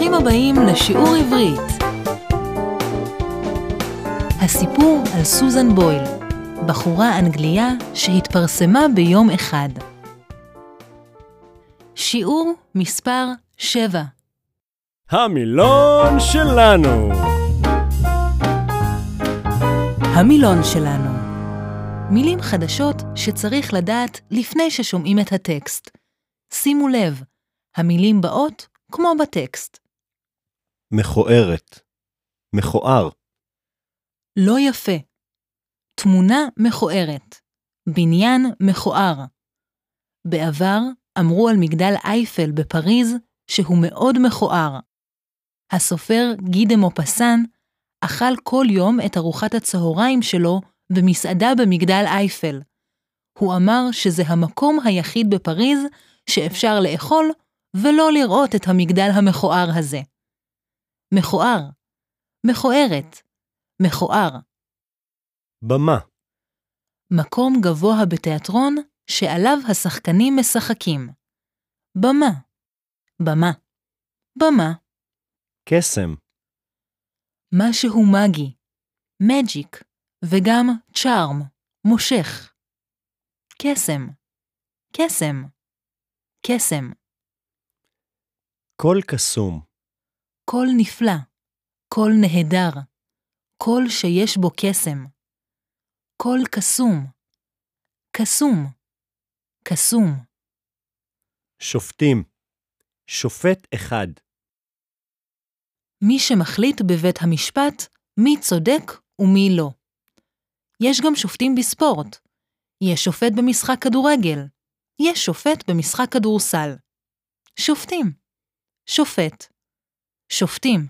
ברוכים הבאים לשיעור עברית. הסיפור על סוזן בויל, בחורה אנגליה שהתפרסמה ביום אחד. שיעור מספר 7. המילון שלנו. המילון שלנו. מילים חדשות שצריך לדעת לפני ששומעים את הטקסט. שימו לב, המילים באות כמו בטקסט. מכוערת, מכוער. לא יפה. תמונה מכוערת. בניין מכוער. בעבר אמרו על מגדל אייפל בפריז שהוא מאוד מכוער. הסופר גי דה מופאסן אכל כל יום את ארוחת הצהריים שלו במסעדה במגדל אייפל. הוא אמר שזה המקום היחיד בפריז שאפשר לאכול ולא לראות את המגדל המכוער הזה. מכוער, מכוערת, מכוער. במה. מקום גבוה בתיאטרון שעליו השחקנים משחקים. במה, במה, במה. קסם. משהו מגי, מג'יק, וגם צ'ארם, מושך. קסם, קסם, קסם. קול קסום. קול נפלא, קול נהדר, קול שיש בו קסם. קול קסום, קסום, קסום. שופטים. שופט אחד. מי שמחליט בבית המשפט מי צודק ומי לא. יש גם שופטים בספורט. יש שופט במשחק כדורגל. יש שופט במשחק כדורסל. שופטים. שופט. שופטים.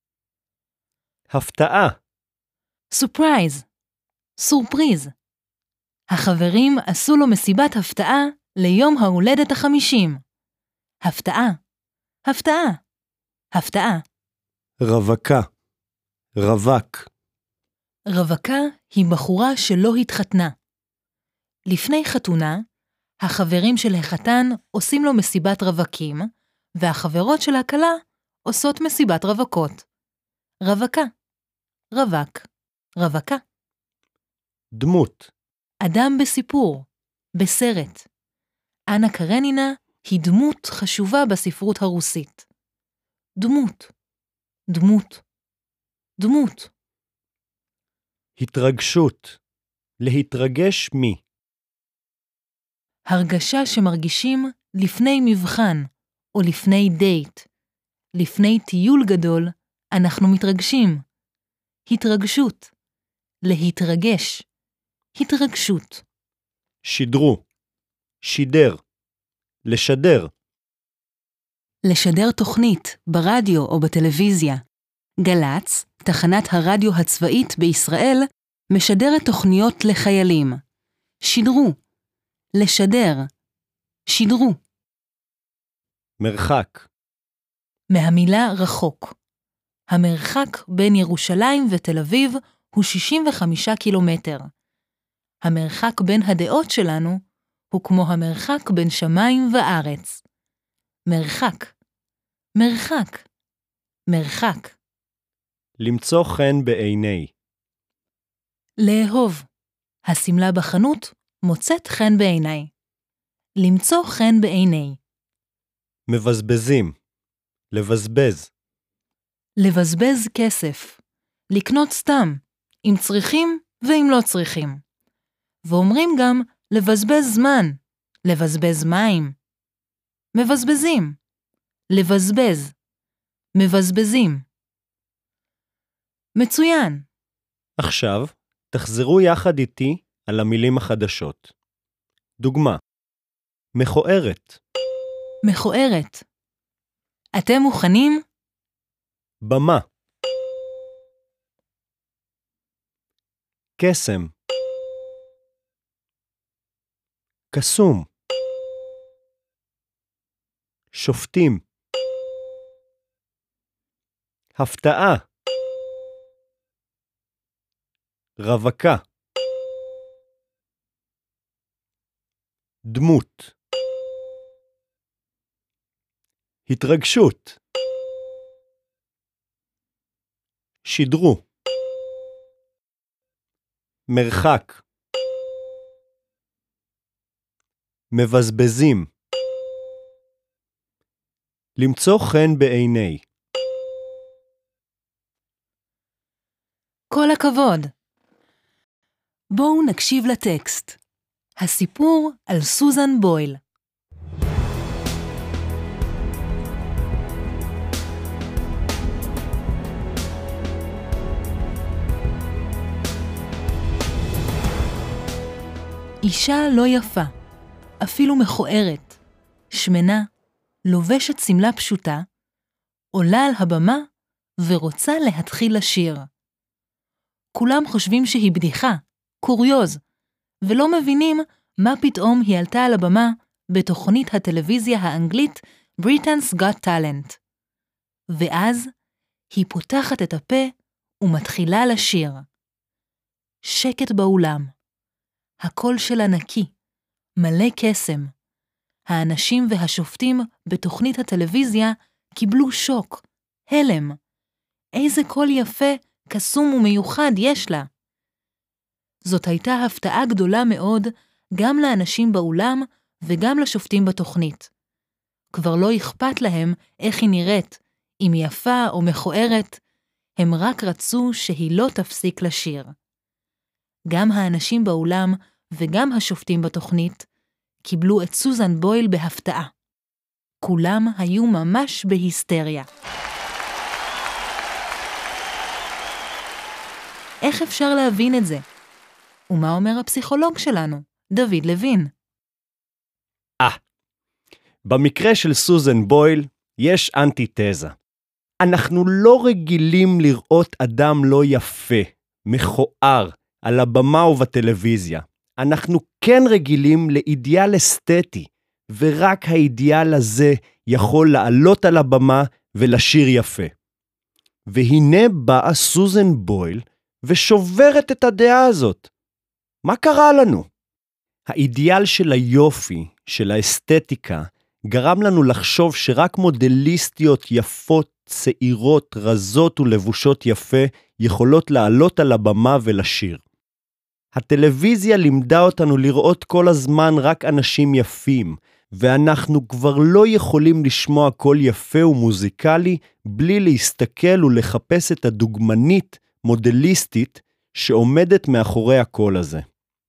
הפתעה. סופרייז. סורפריז. החברים עשו לו מסיבת הפתעה ליום ההולדת 50. הפתעה. הפתעה. הפתעה. רווקה. רווק. רווקה היא בחורה שלא התחתנה. לפני חתונה, החברים של החתן עושים לו מסיבת רווקים, והחברות של הכלה עושות מסיבת רווקות. רווקה, רווק, רווקה. דמות. אדם בסיפור, בסרט. אנה קרנינה היא דמות חשובה בספרות הרוסית. דמות, דמות, דמות. התרגשות. להתרגש מי. הרגשה שמרגישים לפני מבחן או לפני דייט. לפני טיול גדול אנחנו מתרגשים. התרגשות. להתרגש. התרגשות. שידרו. שידר. לשדר. לשדר תוכנית ברדיו או בטלוויזיה. גל"צ, תחנת הרדיו הצבאית בישראל, משדרת תוכניות לחיילים. שידרו. לשדר. שידרו. מרחק. מהמילה רחוק. המרחק בין ירושלים ותל אביב הוא 65 קילומטר. המרחק בין הדעות שלנו הוא כמו המרחק בין שמיים וארץ. מרחק. מרחק. מרחק. למצוא חן בעיני. לאהוב. השמלה בחנות מוצאת חן בעיניי. למצוא חן בעיני. מבזבזים. לבזבז. לבזבז כסף. לקנות סתם, אם צריכים ואם לא צריכים. ואומרים גם לבזבז זמן, לבזבז מים. מבזבזים. לבזבז. מבזבזים. מצוין. עכשיו, תחזרו יחד איתי על המילים החדשות. דוגמה. מכוערת. מכוערת. אתם מוכנים? במה. קסם. קסום. שופטים. הפתעה. רווקה. דמות. התרגשות. שידרו. מרחק. מבזבזים. למצוא חן בעיני. כל הכבוד. בואו נקשיב לטקסט. הסיפור על סוזן בויל. אישה לא יפה, אפילו מכוערת, שמנה, לובשת סמלה פשוטה, עולה על הבמה ורוצה להתחיל לשיר. כולם חושבים שהיא בדיחה, קוריוז, ולא מבינים מה פתאום היא עלתה על הבמה בתוכנית הטלוויזיה האנגלית Britain's Got Talent. ואז היא פותחת את הפה ומתחילה לשיר. שקט באולם. הקול שלה נקי, מלא קסם. האנשים והשופטים בתוכנית הטלוויזיה קיבלו שוק, הלם. איזה קול יפה, קסום ומיוחד יש לה. זאת הייתה הפתעה גדולה מאוד גם לאנשים באולם וגם לשופטים בתוכנית. כבר לא אכפת להם איך היא נראית, אם היא יפה או מכוערת, הם רק רצו שהיא לא תפסיק לשיר. גם האנשים באולם וגם השופטים בתוכנית קיבלו את סוזן בויל בהפתעה. כולם היו ממש בהיסטריה. איך אפשר להבין את זה? ומה אומר הפסיכולוג שלנו, דוד לוין? במקרה של סוזן בויל יש אנטיתזה. אנחנו לא רגילים לראות אדם לא יפה, מכוער, על הבמה ובטלוויזיה. אנחנו כן רגילים לאידיאל אסתטי, ורק האידיאל הזה יכול לעלות על הבמה ולשיר יפה. והנה באה סוזן בויל ושוברת את הדעה הזאת. מה קרה לנו? האידיאל של היופי, של האסתטיקה, גרם לנו לחשוב שרק מודליסטיות יפות, צעירות, רזות ולבושות יפה יכולות לעלות על הבמה ולשיר. הטלוויזיה לימדה אותנו לראות כל הזמן רק אנשים יפים, ואנחנו כבר לא יכולים לשמוע קול יפה ומוזיקלי בלי להסתכל ולחפש את הדוגמנית, מודליסטית, שעומדת מאחורי הקול הזה.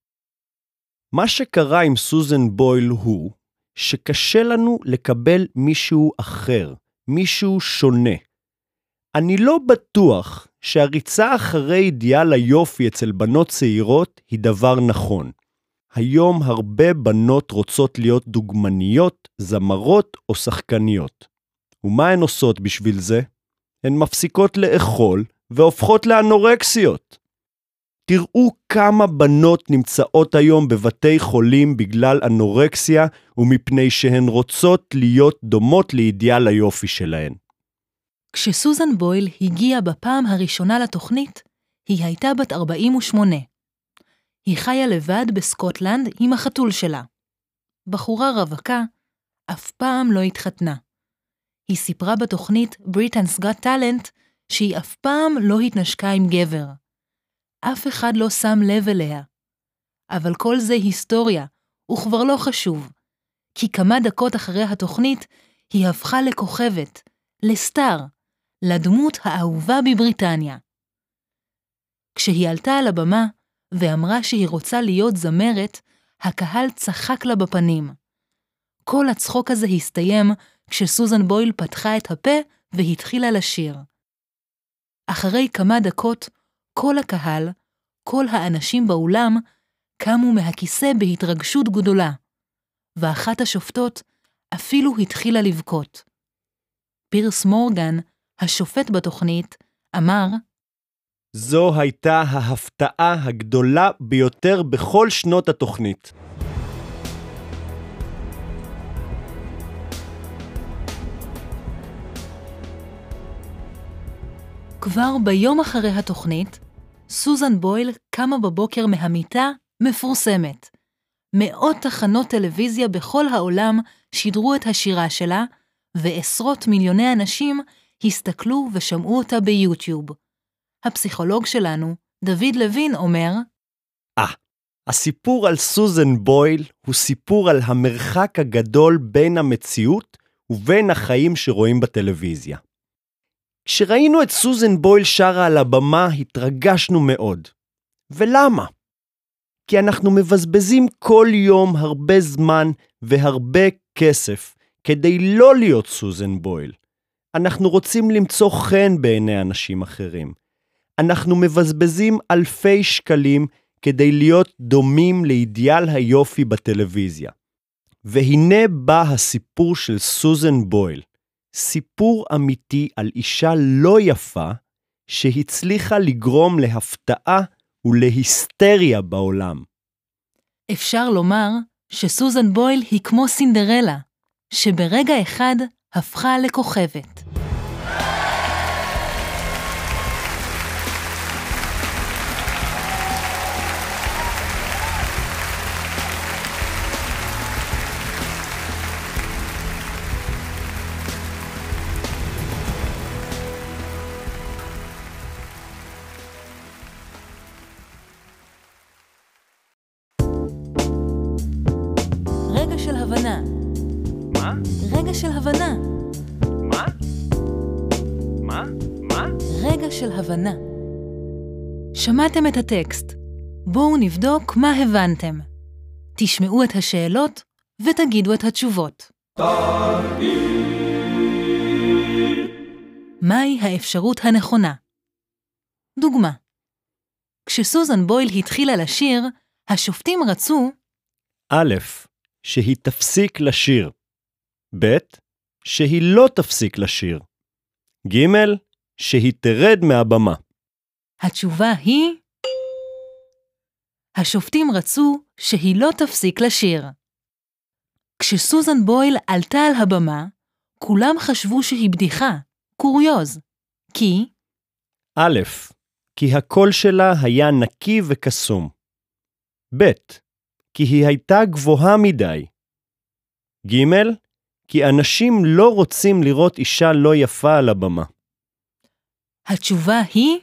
מה שקרה עם סוזן בויל הוא שקשה לנו לקבל מישהו אחר, מישהו שונה. אני לא בטוח שהריצה אחרי אידיאל היופי אצל בנות צעירות היא דבר נכון. היום הרבה בנות רוצות להיות דוגמניות, זמרות או שחקניות. ומה הן עושות בשביל זה? הן מפסיקות לאכול והופכות לאנורקסיות. תראו כמה בנות נמצאות היום בבתי חולים בגלל אנורקסיה ומפני שהן רוצות להיות דומות לאידיאל היופי שלהן. כשסוזן בויל הגיעה בפעם הראשונה לתוכנית, היא הייתה בת 48. היא חיה לבד בסקוטלנד עם החתול שלה. בחורה רווקה, אף פעם לא התחתנה. היא סיפרה בתוכנית Britain's Got Talent שהיא אף פעם לא התנשקה עם גבר. אף אחד לא שם לב אליה. אבל כל זה היסטוריה, וכבר לא חשוב. כי כמה דקות אחרי התוכנית היא הפכה לכוכבת, לסטאר, לדמות האהובה בבריטניה. כשהיא עלתה על הבמה ואמרה שהיא רוצה להיות זמרת, הקהל צחק לה בפנים. כל הצחוק הזה הסתיים כשסוזן בויל פתחה את הפה והתחילה לשיר. אחרי כמה דקות, כל הקהל, כל האנשים באולם, קמו מהכיסא בהתרגשות גדולה, ואחת השופטות אפילו התחילה לבכות. פירס מורגן, השופט בתוכנית, אמר, זו הייתה ההפתעה הגדולה ביותר בכל שנות התוכנית. כבר ביום אחרי התוכנית, סוזן בויל קמה בבוקר מהמיטה מפורסמת. מאות תחנות טלוויזיה בכל העולם שידרו את השירה שלה, ועשרות מיליוני אנשים הסתכלו ושמעו אותה ביוטיוב. הפסיכולוג שלנו, דוד לוין, אומר, הסיפור על סוזן בויל הוא סיפור על המרחק הגדול בין המציאות ובין החיים שרואים בטלוויזיה. כשראינו את סוזן בויל שרה על הבמה, התרגשנו מאוד. ולמה? כי אנחנו מבזבזים כל יום הרבה זמן והרבה כסף כדי לא להיות סוזן בויל. אנחנו רוצים למצוא חן בעיני אנשים אחרים. אנחנו מבזבזים אלפי שקלים כדי להיות דומים לאידיאל היופי בטלוויזיה. והנה בא הסיפור של סוזן בויל. סיפור אמיתי על אישה לא יפה שהצליחה לגרום להפתעה ולהיסטריה בעולם. אפשר לומר שסוזן בויל היא כמו סינדרלה, שברגע אחד הפכה לכוכבת. רגע של הבנה. מה? רגע של הבנה. מה? מה? מה? רגע של הבנה. שמעתם את הטקסט. בואו נבדוק מה הבנתם. תשמעו את השאלות ותגידו את התשובות. מהי האפשרות הנכונה? דוגמה. כשסוזן בויל התחילה לשיר, השופטים רצו א', שהיא תפסיק לשיר. ב', שהיא לא תפסיק לשיר. ג', שהיא תרד מהבמה. התשובה היא השופטים רצו שהיא לא תפסיק לשיר. כשסוזן בויל עלתה על הבמה, כולם חשבו שהיא בדיחה, קוריוז. כי א', כי הקול שלה היה נקי וקסום. ב', כי היא הייתה גבוהה מדי. ג', כי אנשים לא רוצים לראות אישה לא יפה על הבמה. התשובה היא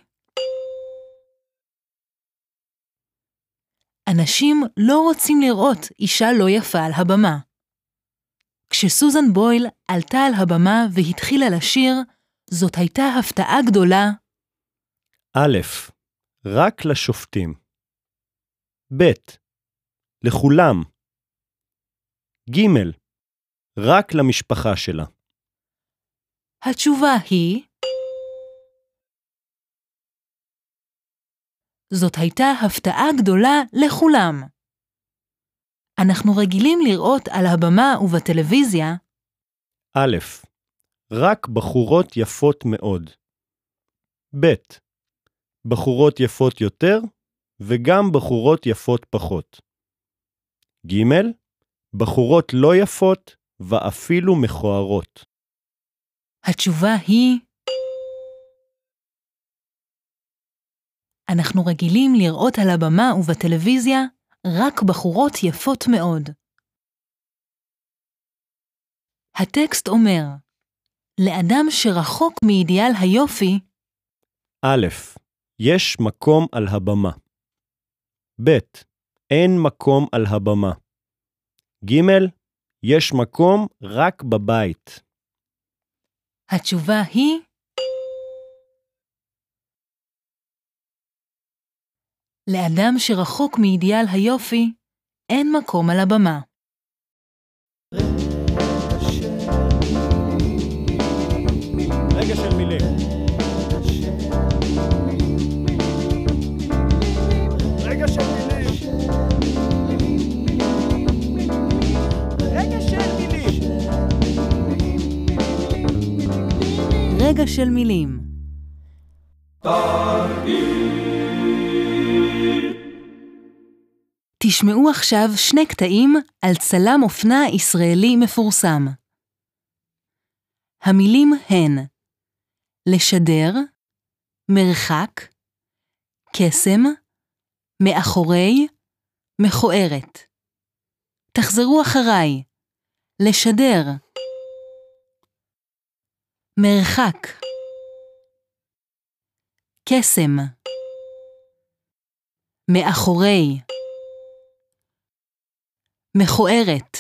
אנשים לא רוצים לראות אישה לא יפה על הבמה. כשסוזן בויל עלתה על הבמה והתחילה לשיר, זאת הייתה הפתעה גדולה. א', רק לשופטים. ב', לכולם. ג', רק למשפחה שלה. התשובה היא זאת הייתה הפתעה גדולה לכולם. אנחנו רגילים לראות על הבמה ובטלוויזיה א', רק בחורות יפות מאוד. ב', בחורות יפות יותר וגם בחורות יפות פחות. ג', בחורות לא יפות ואפילו מכוערות. התשובה היא אנחנו רגילים לראות על הבמה ובטלוויזיה רק בחורות יפות מאוד. הטקסט אומר, לאדם שרחוק מאידיאל היופי, א', יש מקום על הבמה. ב', אין מקום על הבמה. ג', יש מקום רק בבית. התשובה היא לאדם שרחוק מאידיאל היופי, אין מקום על הבמה. רגע של מילים. רגע של מילים. רגע של מילים. רגע של מילים. תשמעו עכשיו שני קטעים על צלם אופנה ישראלי מפורסם. המילים הן לשדר, מרחק, קסם, מאחורי, מכוערת. תחזרו אחריי. לשדר, מרחק, קסם, מאחורי, מכוערת.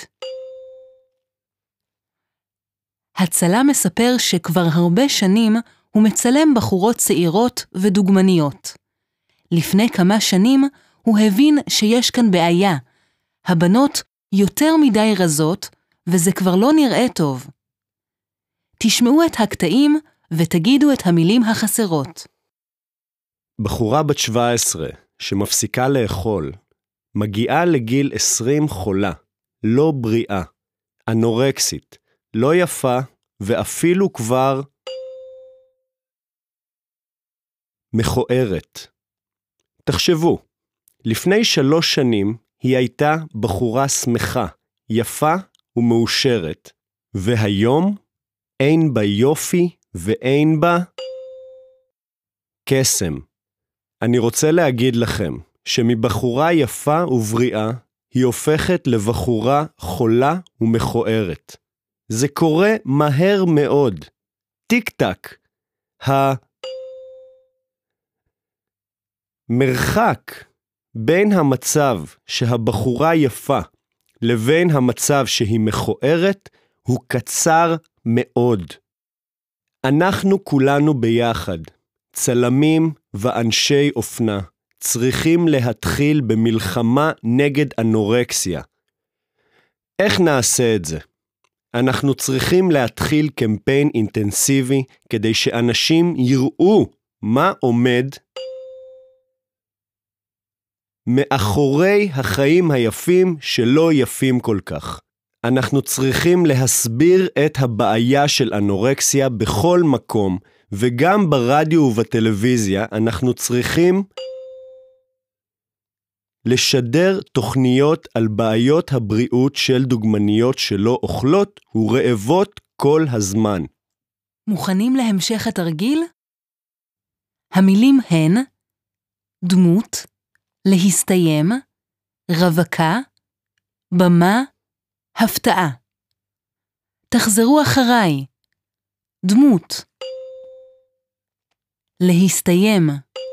הצלם מספר שכבר הרבה שנים הוא מצלם בחורות צעירות ודוגמניות. לפני כמה שנים הוא הבין שיש כאן בעיה. הבנות יותר מדי רזות, וזה כבר לא נראה טוב. תשמעו את הקטעים ותגידו את המילים החסרות. בחורה בת 17 שמפסיקה לאכול, מגיעה לגיל 20 חולה, לא בריאה, אנורקסית, לא יפה ואפילו כבר מכוערת. תחשבו, לפני 3 שנים היא הייתה בחורה שמחה, יפה ומאושרת, והיום אין בה יופי ואין בה קסם. אני רוצה להגיד לכם שמבחורה יפה ובריאה היא הופכת לבחורה חולה ומכוערת. זה קורה מהר מאוד. טיק טק. המרחק בין המצב שהבחורה יפה לבין המצב שהיא מכוערת הוא קצר מאוד. אנחנו כולנו ביחד, צלמים ואנשי אופנה, צריכים להתחיל במלחמה נגד אנורקסיה. איך נעשה את זה? אנחנו צריכים להתחיל קמפיין אינטנסיבי כדי שאנשים יראו מה עומד מאחורי החיים היפים שלא יפים כל כך. אנחנו צריכים להסביר את הבעיה של אנורקסיה בכל מקום, וגם ברדיו ובטלוויזיה אנחנו צריכים לשדר תוכניות על בעיות הבריאות של דוגמניות שלא אוכלות ורעבות כל הזמן. מוכנים להמשך התרגיל? המילים הן דמות, להסתיים, רווקה, במה, הפתעה. תחזרו אחריי. דמות, להסתיים,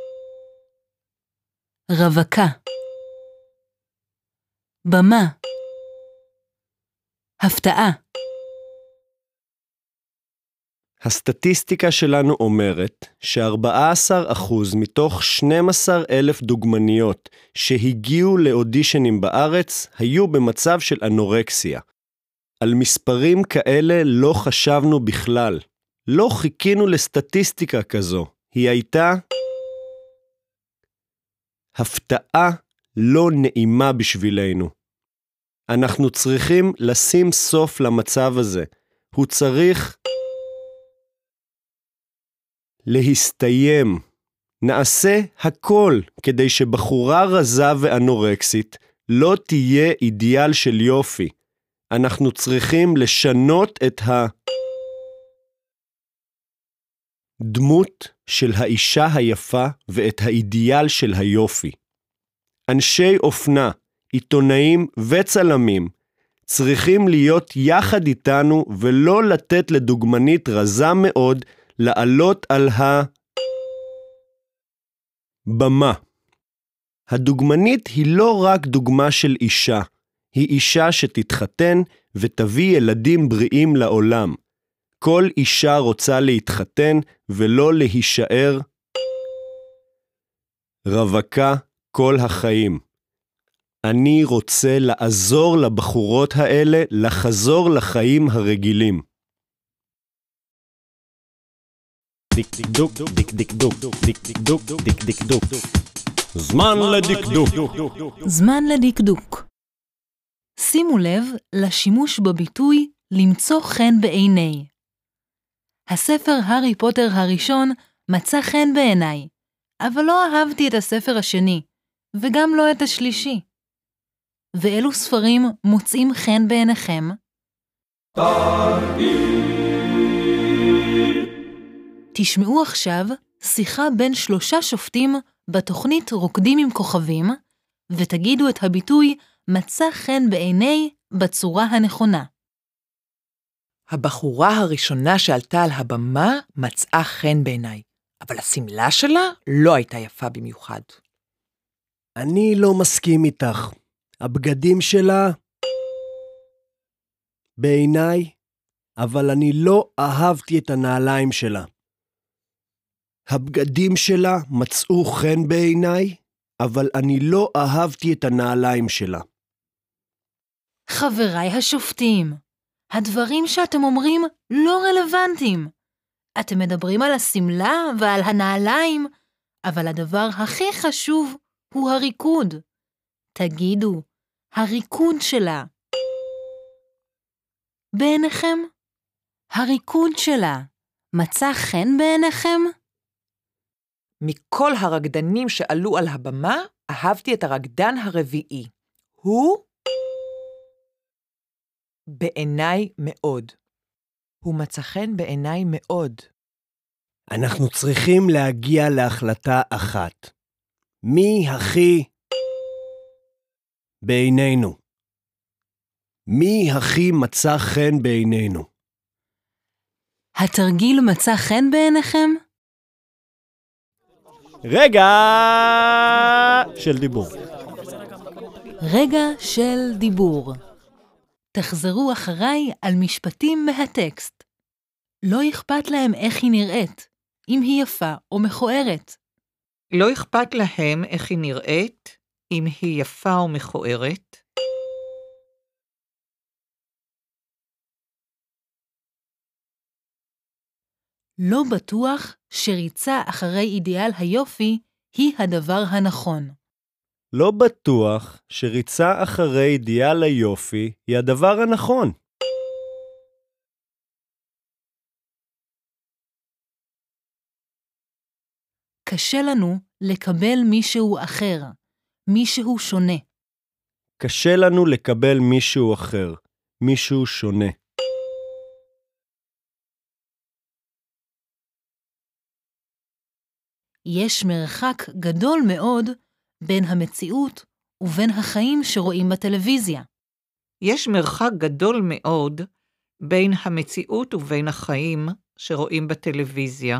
רווקה, במה, הפתעה. הסטטיסטיקה שלנו אומרת ש14% מתוך 12,000 דוגמניות שהגיעו לאודישנים בארץ היו במצב של אנורקסיה. על מספרים כאלה לא חשבנו בכלל. לא חיכינו לסטטיסטיקה כזו. היא הייתה הפתעה לא נעימה בשבילנו. אנחנו צריכים לשים סוף למצב הזה. הוא צריך להסתיים. נעשה הכל כדי שבחורה רזה ואנורקסית לא תהיה אידיאל של יופי. אנחנו צריכים לשנות את הדמות של האישה היפה ואת האידיאל של היופי. אנשי אופנה, עיתונאים וצלמים צריכים להיות יחד איתנו ולא לתת לדוגמנית רזה מאוד לעלות על הבמה. הדוגמנית היא לא רק דוגמה של אישה, היא אישה שתתחתן ותביא ילדים בריאים לעולם. כל אישה רוצה להתחתן ולא להישאר רווקה כל החיים. אני רוצה לעזור לבחורות האלה לחזור לחיים הרגילים. דקדוק, דקדוק, דקדוק, דקדוק. זמן לדקדוק. זמן לדקדוק. שימו לב לשימוש בביטוי למצוא חן בעיני. הספר הארי פוטר הראשון מצא חן בעיניי, אבל לא אהבתי את הספר השני, וגם לא את השלישי. ואילו ספרים מוצאים חן בעיניכם? תשמעו עכשיו שיחה בין 3 שופטים בתוכנית רוקדים עם כוכבים, ותגידו את הביטוי מצא חן בעיני בצורה הנכונה. הבחורה הראשונה שעלתה על הבמה מצאה חן בעיניי. אבל השמלה שלה לא הייתה יפה במיוחד. אני לא מסכים איתך. הבגדים שלה בעיניי, אבל אני לא אהבתי את הנעליים שלה. הבגדים שלה מצאו חן בעיניי, אבל אני לא אהבתי את הנעליים שלה. חבריי השופטים, הדברים שאתם אומרים לא רלוונטיים. אתם מדברים על השמלה ועל הנעליים, אבל הדבר הכי חשוב הוא הריקוד. תגידו, הריקוד שלה. בעיניכם? הריקוד שלה מצא חן בעיניכם? מכל הרקדנים שעלו על הבמה, אהבתי את הרקדן הרביעי. הוא בעיניי מאוד. הוא מצא חן בעיניי מאוד. אנחנו צריכים להגיע להחלטה אחת. מי הכי בעינינו? מי הכי מצא חן בעינינו? התרגיל מצא חן בעיניכם? רגע של דיבור. רגע של דיבור. תחזרו אחריי על משפטים מהטקסט. לא אכפת להם איך היא נראית, אם היא יפה או מכוערת. לא אכפת להם איך היא נראית, אם היא יפה או מכוערת. לא בטוח שריצה אחרי אידיאל היופי היא הדבר הנכון. לא בטוח שריצה אחרי אידיאל היופי היא הדבר הנכון. קשה לנו לקבל מישהו אחר, מישהו שונה. קשה לנו לקבל מישהו אחר, מישהו שונה. יש מרחק גדול מאוד בין המציאות ובין החיים שרואים בטלוויזיה. יש מרחק גדול מאוד בין המציאות ובין החיים שרואים בטלוויזיה.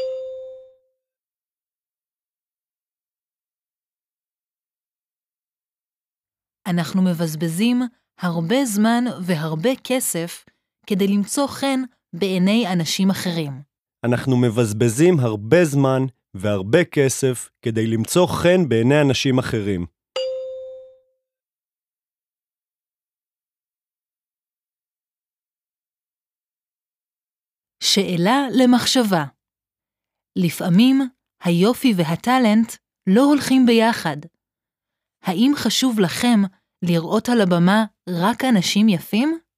אנחנו מבזבזים הרבה זמן והרבה כסף כדי למצוא חן בעיני אנשים אחרים. אנחנו מבזבזים הרבה זמן והרבה כסף כדי למצוא חן בעיני אנשים אחרים. שאלה למחשבה. לפעמים היופי והטלנט לא הולכים ביחד. האם חשוב לכם לראות על הבמה רק אנשים יפים?